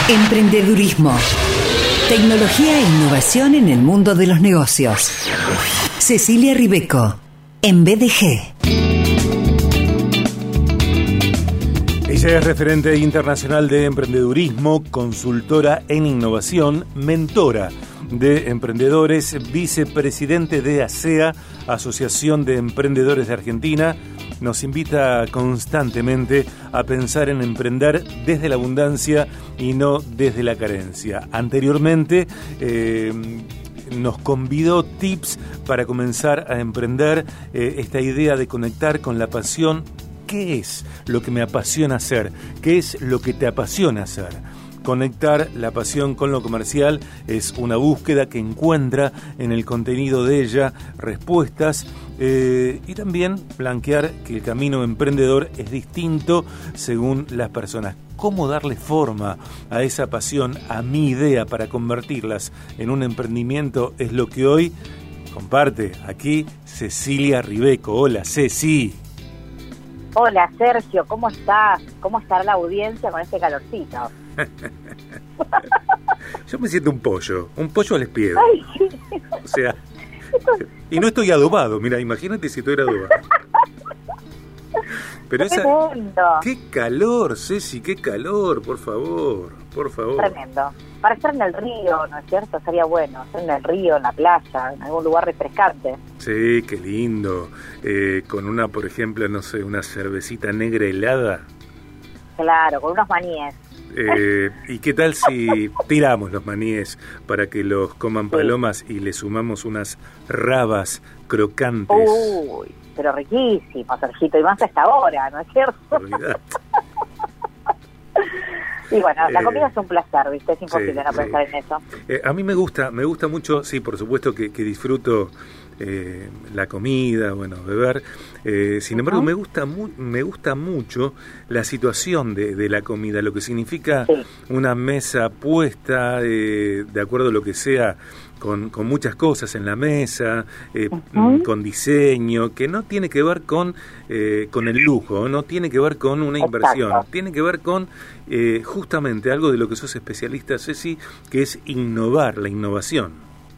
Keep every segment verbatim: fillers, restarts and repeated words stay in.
Emprendedurismo. Tecnología e innovación en el mundo de los negocios. Cecilia Ribeco, en B D G. Ella es referente internacional de emprendedurismo, consultora en innovación, mentora de emprendedores, vicepresidente de ASEA, Asociación de Emprendedores de Argentina. Nos invita constantemente a pensar en emprender desde la abundancia y no desde la carencia. Anteriormente eh, nos convidó tips para comenzar a emprender, eh, esta idea de conectar con la pasión. ¿Qué es lo que me apasiona hacer? ¿Qué es lo que te apasiona hacer? Conectar la pasión con lo comercial es una búsqueda que encuentra en el contenido de ella respuestas eh, y también blanquear que el camino emprendedor es distinto según las personas. ¿Cómo darle forma a esa pasión, a mi idea, para convertirlas en un emprendimiento? Es lo que hoy comparte aquí Cecilia Ribeco. Hola, Ceci. Hola, Sergio, ¿cómo estás? ¿Cómo estará la audiencia con este calorcito? Yo me siento un pollo, un pollo al espiedo. Ay, sí. O sea, y no estoy adobado, mira, imagínate si estuviera adobado. Pero esa, qué calor, Ceci, qué calor, por favor, por favor. Tremendo. Para estar en el río, ¿no es cierto? Sería bueno, estar en el río, en la playa, en algún lugar refrescante. Sí, qué lindo. Eh, con una, por ejemplo, no sé, una cervecita negra helada. Claro, con unos maníes. Eh, ¿Y qué tal si tiramos los maníes para que los coman palomas sí. y le sumamos unas rabas crocantes? Uy, pero riquísimo, Sergito, y más a esta hora, ¿no es cierto? Olvidate. Y bueno, la eh, comida es un placer, ¿viste? Es imposible sí, no pensar sí. en eso. Eh, a mí me gusta, me gusta mucho, sí, por supuesto que, que disfruto eh, la comida, bueno, beber. Eh, sin embargo, uh-huh. me gusta mu- me gusta mucho la situación de, de la comida, lo que significa sí. una mesa puesta, eh, de acuerdo a lo que sea, con, con muchas cosas en la mesa, eh, uh-huh. con diseño, que no tiene que ver con, eh, con el lujo, no tiene que ver con una inversión, Exacto. tiene que ver con eh, justamente algo de lo que sos especialista, Ceci, que es innovar, la innovación.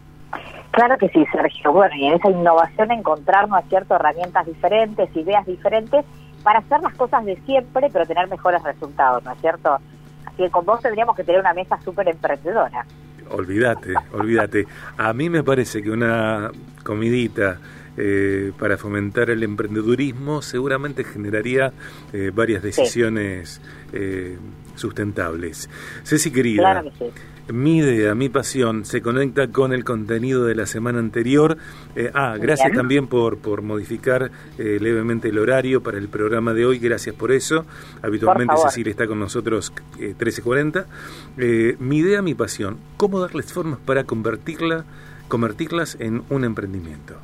Claro que sí, Sergio. Bueno, y en esa innovación encontrar, ¿no es cierto?, herramientas diferentes, ideas diferentes, para hacer las cosas de siempre, pero tener mejores resultados, ¿no es cierto? Así que con vos tendríamos que tener una mesa súper emprendedora. Olvídate, olvídate. A mí me parece que una comidita eh, para fomentar el emprendedurismo seguramente generaría eh, varias decisiones sí. eh, sustentables. Ceci, querida, claro que sí. Mi idea, mi pasión se conecta con el contenido de la semana anterior. Eh, ah, gracias Bien. también por, por modificar eh, levemente el horario para el programa de hoy. Gracias por eso. Habitualmente Cecilia está con nosotros eh, trece cuarenta. Eh, mi idea, mi pasión. ¿Cómo darles formas para convertirla, convertirlas en un emprendimiento?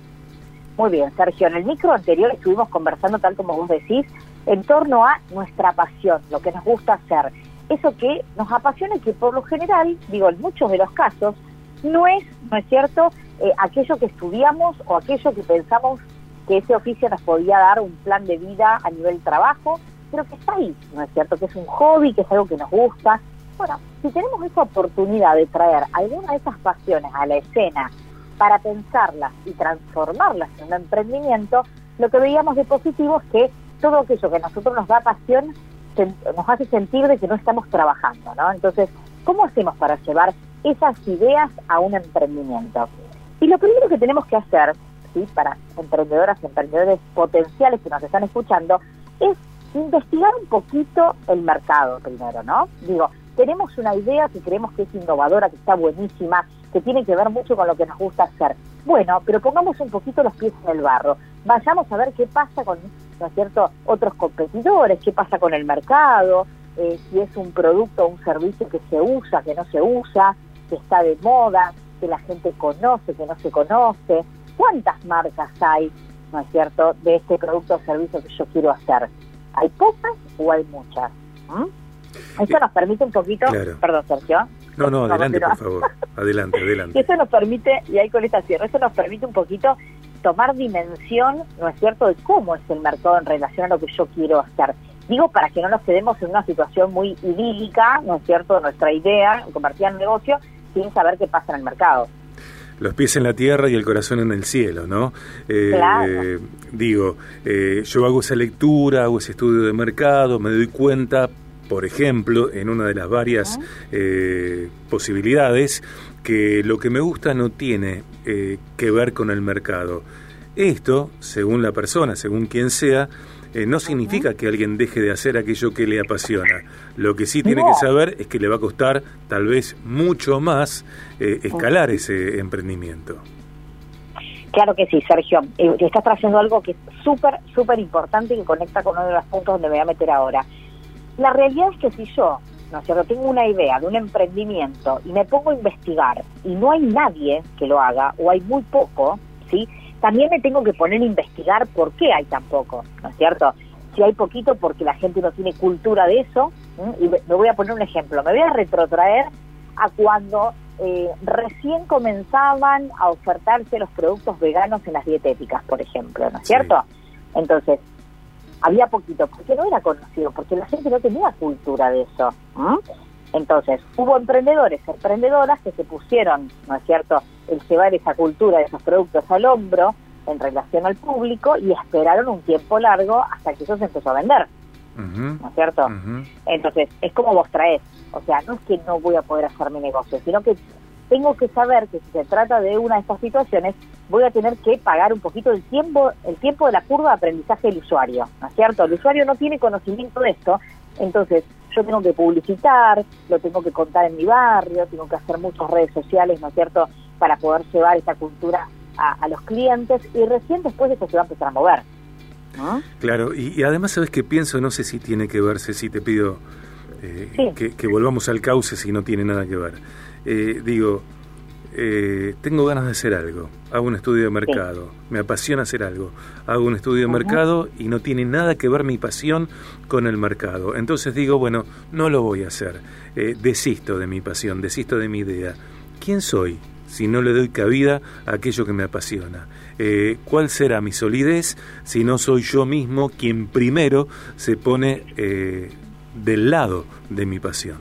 Muy bien, Sergio. En el micro anterior estuvimos conversando, tal como vos decís, en torno a nuestra pasión, lo que nos gusta hacer. Eso que nos apasiona y que por lo general, digo, en muchos de los casos, no es, ¿no es cierto?, eh, aquello que estudiamos o aquello que pensamos que ese oficio nos podía dar un plan de vida a nivel trabajo, pero que está ahí, ¿no es cierto?, que es un hobby, que es algo que nos gusta. Bueno, si tenemos esa oportunidad de traer alguna de esas pasiones a la escena para pensarlas y transformarlas en un emprendimiento, lo que veíamos de positivo es que todo aquello que a nosotros nos da pasión nos hace sentir de que no estamos trabajando, ¿no? Entonces, ¿cómo hacemos para llevar esas ideas a un emprendimiento? Y lo primero que tenemos que hacer, ¿sí?, para emprendedoras y emprendedores potenciales que nos están escuchando, es investigar un poquito el mercado primero, ¿no? Digo, tenemos una idea que creemos que es innovadora, que está buenísima, que tiene que ver mucho con lo que nos gusta hacer. Bueno, pero pongamos un poquito los pies en el barro. Vayamos a ver qué pasa con, ¿no es cierto?, otros competidores, qué pasa con el mercado, eh, si es un producto o un servicio que se usa, que no se usa, que está de moda, que la gente conoce, que no se conoce. ¿Cuántas marcas hay, ¿no es cierto?, de este producto o servicio que yo quiero hacer? ¿Hay pocas o hay muchas? ¿Mm? Eso nos permite un poquito... Claro. Perdón, Sergio. No, no, adelante, por favor. Adelante, adelante. Eso nos permite, y ahí con esta cierre, eso nos permite un poquito tomar dimensión, ¿no es cierto?, de cómo es el mercado en relación a lo que yo quiero hacer. Digo, para que no nos quedemos en una situación muy idílica, ¿no es cierto?, nuestra idea, convertida en negocio, sin saber qué pasa en el mercado. Los pies en la tierra y el corazón en el cielo, ¿no? Eh, claro. Digo, eh, yo hago esa lectura, hago ese estudio de mercado, me doy cuenta, por ejemplo, en una de las varias uh-huh. eh, posibilidades, que lo que me gusta no tiene eh, que ver con el mercado. Esto, según la persona, según quien sea, Eh, no significa uh-huh. que alguien deje de hacer aquello que le apasiona. Lo que sí tiene no. que saber es que le va a costar tal vez mucho más eh, escalar uh-huh. ese emprendimiento. Claro que sí, Sergio. Eh, estás trayendo algo que es súper, súper importante y que conecta con uno de los puntos donde me voy a meter ahora. La realidad es que si yo, ¿no es cierto?, tengo una idea de un emprendimiento y me pongo a investigar y no hay nadie que lo haga o hay muy poco, ¿sí?, también me tengo que poner a investigar por qué hay tan poco, ¿no es cierto? Si hay poquito porque la gente no tiene cultura de eso, ¿m? Y me voy a poner un ejemplo, me voy a retrotraer a cuando eh, recién comenzaban a ofertarse los productos veganos en las dietéticas, por ejemplo, ¿no es cierto? Sí. Entonces, había poquito, porque no era conocido, porque la gente no tenía cultura de eso, ¿m? Entonces, hubo emprendedores, emprendedoras que se pusieron, ¿no es cierto?, el llevar esa cultura de esos productos al hombro en relación al público y esperaron un tiempo largo hasta que eso se empezó a vender, uh-huh. ¿no es cierto? Uh-huh. Entonces, es como vos traés, o sea, no es que no voy a poder hacer mi negocio, sino que tengo que saber que si se trata de una de estas situaciones, voy a tener que pagar un poquito el tiempo, el tiempo de la curva de aprendizaje del usuario, ¿no es cierto? El usuario no tiene conocimiento de esto, entonces yo tengo que publicitar, lo tengo que contar en mi barrio, tengo que hacer muchas redes sociales, ¿no es cierto?, para poder llevar esa cultura a, a los clientes y recién después de eso se va a empezar a mover, ¿no? Claro, y, y además, ¿sabes qué pienso? No sé si tiene que ver, si te pido eh, sí. que, que volvamos al cauce si no tiene nada que ver. Eh, digo, eh, tengo ganas de hacer algo, hago un estudio de mercado, sí. me apasiona hacer algo, hago un estudio de uh-huh. mercado y no tiene nada que ver mi pasión con el mercado. Entonces digo, bueno, no lo voy a hacer, eh, desisto de mi pasión, desisto de mi idea. ¿Quién soy si no le doy cabida a aquello que me apasiona? Eh, ¿Cuál será mi solidez si no soy yo mismo quien primero se pone eh, del lado de mi pasión?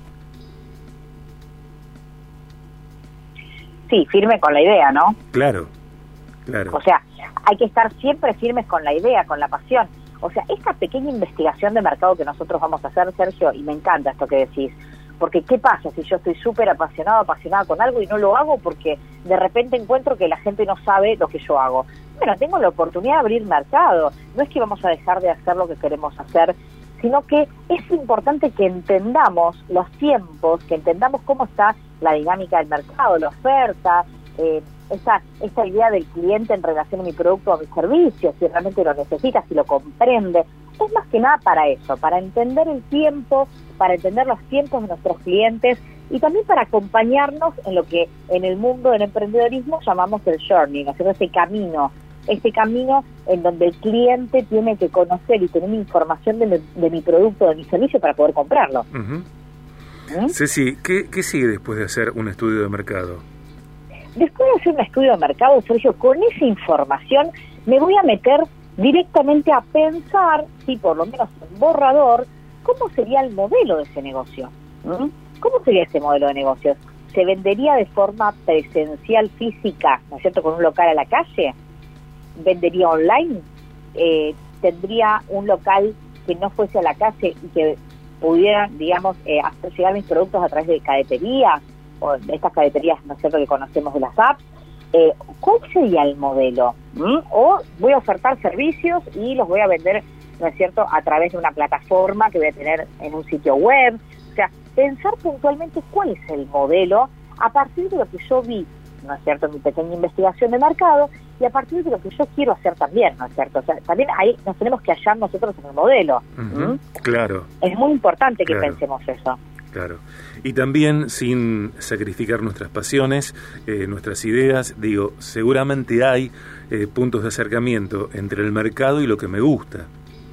Sí, firme con la idea, ¿no? Claro, claro. O sea, hay que estar siempre firmes con la idea, con la pasión. O sea, esta pequeña investigación de mercado que nosotros vamos a hacer, Sergio, y me encanta esto que decís, porque ¿qué pasa si yo estoy súper apasionado, apasionada con algo y no lo hago porque de repente encuentro que la gente no sabe lo que yo hago? Bueno, tengo la oportunidad de abrir mercado. No es que vamos a dejar de hacer lo que queremos hacer, sino que es importante que entendamos los tiempos, que entendamos cómo está la dinámica del mercado, la oferta, eh, esa, esa idea del cliente en relación a mi producto o a mi servicio, si realmente lo necesita, si lo comprende. Es más que nada para eso, para entender el tiempo, para entender los tiempos de nuestros clientes y también para acompañarnos en lo que en el mundo del emprendedorismo llamamos el journey, ¿no? Ese camino, este camino en donde el cliente tiene que conocer y tener información de mi, de mi producto, de mi servicio para poder comprarlo. Uh-huh. ¿Mm? Ceci, ¿qué, ¿qué sigue después de hacer un estudio de mercado? Después de hacer un estudio de mercado, Sergio, con esa información me voy a meter directamente a pensar, sí, por lo menos en borrador, cómo sería el modelo de ese negocio. ¿Mm? ¿Cómo sería ese modelo de negocios? ¿Se vendería de forma presencial, física, ¿no es cierto?, con un local a la calle? ¿Vendería online? Eh, ¿Tendría un local que no fuese a la calle y que pudiera, digamos, eh, hacer llegar mis productos a través de cadeterías, o de estas cadeterías, ¿no es cierto?, que conocemos de las apps? Eh, ¿Cuál sería el modelo? ¿Mm? ¿O voy a ofertar servicios y los voy a vender, ¿no es cierto?, a través de una plataforma que voy a tener en un sitio web? O sea, pensar puntualmente cuál es el modelo a partir de lo que yo vi, ¿no es cierto?, en mi pequeña investigación de mercado, y a partir de lo que yo quiero hacer también, ¿no es cierto? O sea, también ahí nos tenemos que hallar nosotros en el modelo. Uh-huh. ¿Mm? Claro. Es muy importante que claro. pensemos eso. Claro. Y también sin sacrificar nuestras pasiones, eh, nuestras ideas, digo, seguramente hay eh, puntos de acercamiento entre el mercado y lo que me gusta.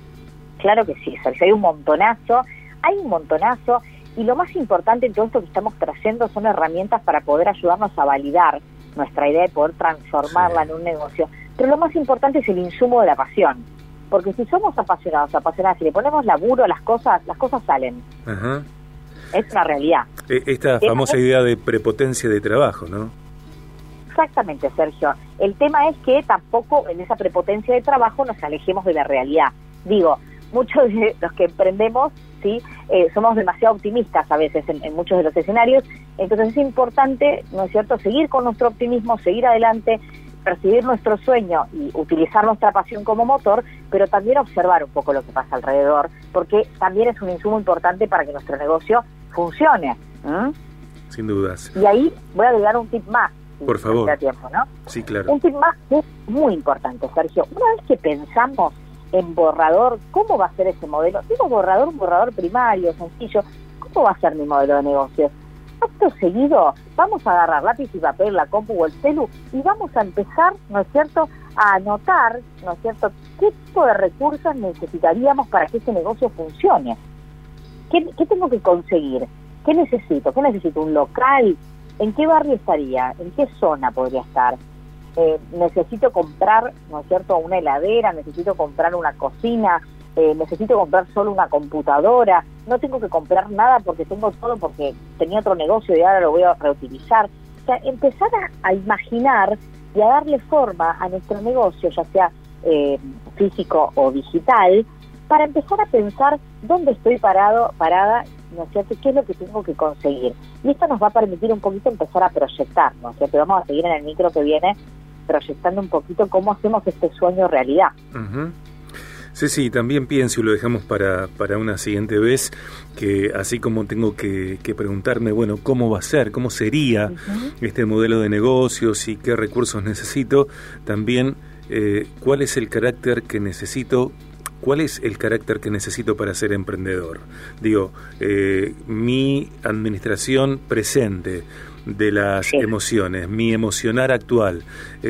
Claro que sí, Sergio, hay un montonazo, hay un montonazo, y lo más importante en todo esto que estamos trayendo son herramientas para poder ayudarnos a validar nuestra idea de poder transformarla sí. en un negocio. Pero lo más importante es el insumo de la pasión. Porque si somos apasionados, apasionadas, si le ponemos laburo a las cosas, las cosas salen. Ajá. Es una realidad. Esta famosa es... idea de prepotencia de trabajo, ¿no? Exactamente, Sergio. El tema es que tampoco en esa prepotencia de trabajo nos alejemos de la realidad. Digo, muchos de los que emprendemos, sí, eh, somos demasiado optimistas a veces en, en muchos de los escenarios, entonces es importante, ¿no es cierto?, seguir con nuestro optimismo, seguir adelante, percibir nuestro sueño y utilizar nuestra pasión como motor, pero también observar un poco lo que pasa alrededor, porque también es un insumo importante para que nuestro negocio funcione. ¿Mm? Sin dudas. Y ahí voy a agregar un tip más. Por favor. Si tiempo, ¿no? Sí, claro. Un tip más que es muy importante, Sergio. Una vez que pensamos en borrador, ¿cómo va a ser ese modelo? Digo borrador, un borrador primario, sencillo. ¿Cómo va a ser mi modelo de negocios? Acto seguido, vamos a agarrar lápiz y papel, la compu o el celu, y vamos a empezar, ¿no es cierto?, a anotar, ¿no es cierto?, qué tipo de recursos necesitaríamos para que ese negocio funcione. ¿Qué, qué tengo que conseguir? ¿Qué necesito? ¿Qué necesito? ¿Un local? ¿En qué barrio estaría? ¿En qué zona podría estar? Eh, necesito comprar, ¿no es cierto?, una heladera, necesito comprar una cocina, eh, necesito comprar solo una computadora, no tengo que comprar nada porque tengo todo porque tenía otro negocio y ahora lo voy a reutilizar. O sea, empezar a, a imaginar y a darle forma a nuestro negocio, ya sea eh, físico o digital, para empezar a pensar dónde estoy parado, parada, ¿no es cierto?, qué es lo que tengo que conseguir. Y esto nos va a permitir un poquito empezar a proyectar, ¿no es cierto? Vamos a seguir en el micro que viene proyectando un poquito cómo hacemos este sueño realidad. Uh-huh. Sí, sí, también pienso y lo dejamos para, para una siguiente vez, que así como tengo que, que preguntarme, bueno, ¿cómo va a ser? ¿Cómo sería uh-huh. este modelo de negocios y qué recursos necesito? También, eh, ¿cuál es el carácter que necesito? ¿Cuál es el carácter que necesito para ser emprendedor? Digo, eh, mi administración presente de las sí. emociones, mi emocionar actual,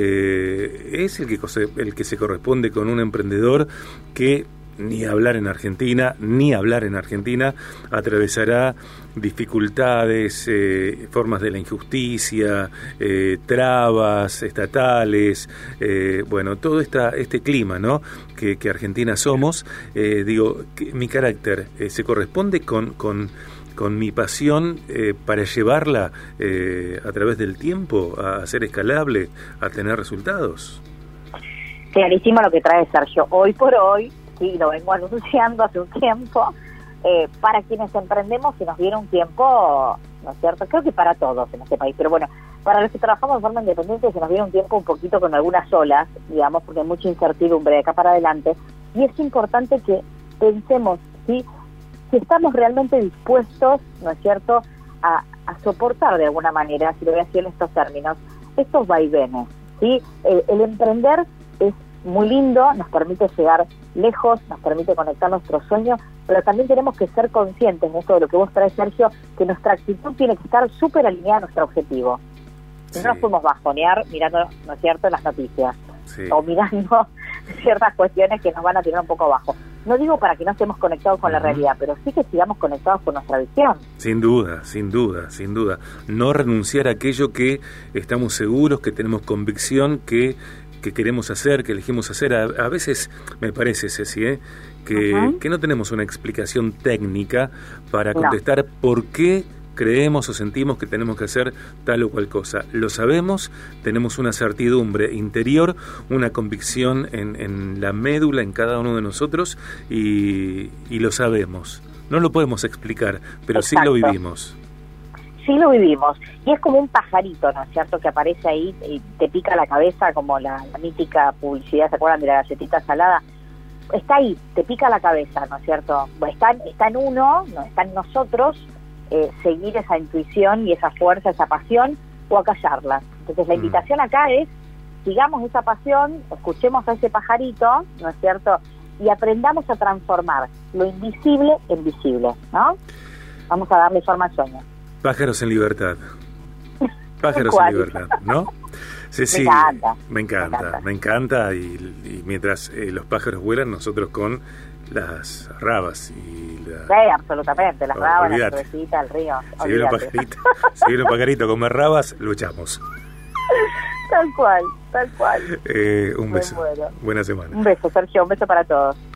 eh, es el que, el que se corresponde con un emprendedor que ni hablar en Argentina, ni hablar en Argentina, atravesará dificultades, eh, formas de la injusticia, eh, trabas estatales, eh, bueno, todo esta, este clima, ¿no?, que, que Argentina somos. Eh, digo, que mi carácter eh, se corresponde con, con, con mi pasión eh, para llevarla eh, a través del tiempo a ser escalable, a tener resultados. Clarísimo lo que trae Sergio. Hoy por hoy, sí, lo vengo anunciando hace un tiempo, eh, para quienes emprendemos se nos viene un tiempo, ¿no es cierto?, creo que para todos en este país, pero bueno, para los que trabajamos de forma independiente se nos viene un tiempo un poquito con algunas olas, digamos, porque hay mucha incertidumbre de acá para adelante, y es importante que pensemos, ¿sí?, si estamos realmente dispuestos, ¿no es cierto?, a, a soportar de alguna manera, si lo voy a decir en estos términos, estos vaivenes, ¿sí? El, el emprender es muy lindo, nos permite llegar lejos, nos permite conectar nuestros sueños, pero también tenemos que ser conscientes en esto de lo que vos traes, Sergio, que nuestra actitud tiene que estar súper alineada a nuestro objetivo. Sí. No nos podemos bajonear mirando, ¿no es cierto?, las noticias, sí. o mirando ciertas cuestiones que nos van a tirar un poco abajo. No digo para que no estemos conectados con uh-huh. la realidad, pero sí que sigamos conectados con nuestra visión. Sin duda, sin duda, sin duda. No renunciar a aquello que estamos seguros, que tenemos convicción, que que queremos hacer, que elegimos hacer. A, a veces me parece, Ceci, ¿eh? que, uh-huh. que no tenemos una explicación técnica para contestar no. por qué creemos o sentimos que tenemos que hacer tal o cual cosa. Lo sabemos, tenemos una certidumbre interior, una convicción en, en la médula, en cada uno de nosotros, y, y lo sabemos. No lo podemos explicar, pero Exacto. sí lo vivimos. Sí lo vivimos, y es como un pajarito, ¿no es cierto?, que aparece ahí y te pica la cabeza, como la, la mítica publicidad, ¿se acuerdan de la galletita salada? Está ahí, te pica la cabeza, ¿no es cierto? Está, está en uno, no está en nosotros, eh, seguir esa intuición y esa fuerza, esa pasión, o acallarla. Entonces la invitación acá es, sigamos esa pasión, escuchemos a ese pajarito, ¿no es cierto?, y aprendamos a transformar lo invisible en visible, ¿no? Vamos a darle forma al sueño. Pájaros en libertad. Pájaros en libertad, ¿no? Sí, sí, me encanta. Me encanta, me encanta, me encanta y, y mientras eh, los pájaros vuelan, nosotros con las rabas y la... Sí, absolutamente, las oh, rabas, olvidate. La cervecita, el río. Si viene un pajarito, si viene un pajarito a comer rabas, luchamos. Está Tal cual, tal cual. Eh, un beso. Bueno. Buena semana. Un beso, Sergio, un beso para todos.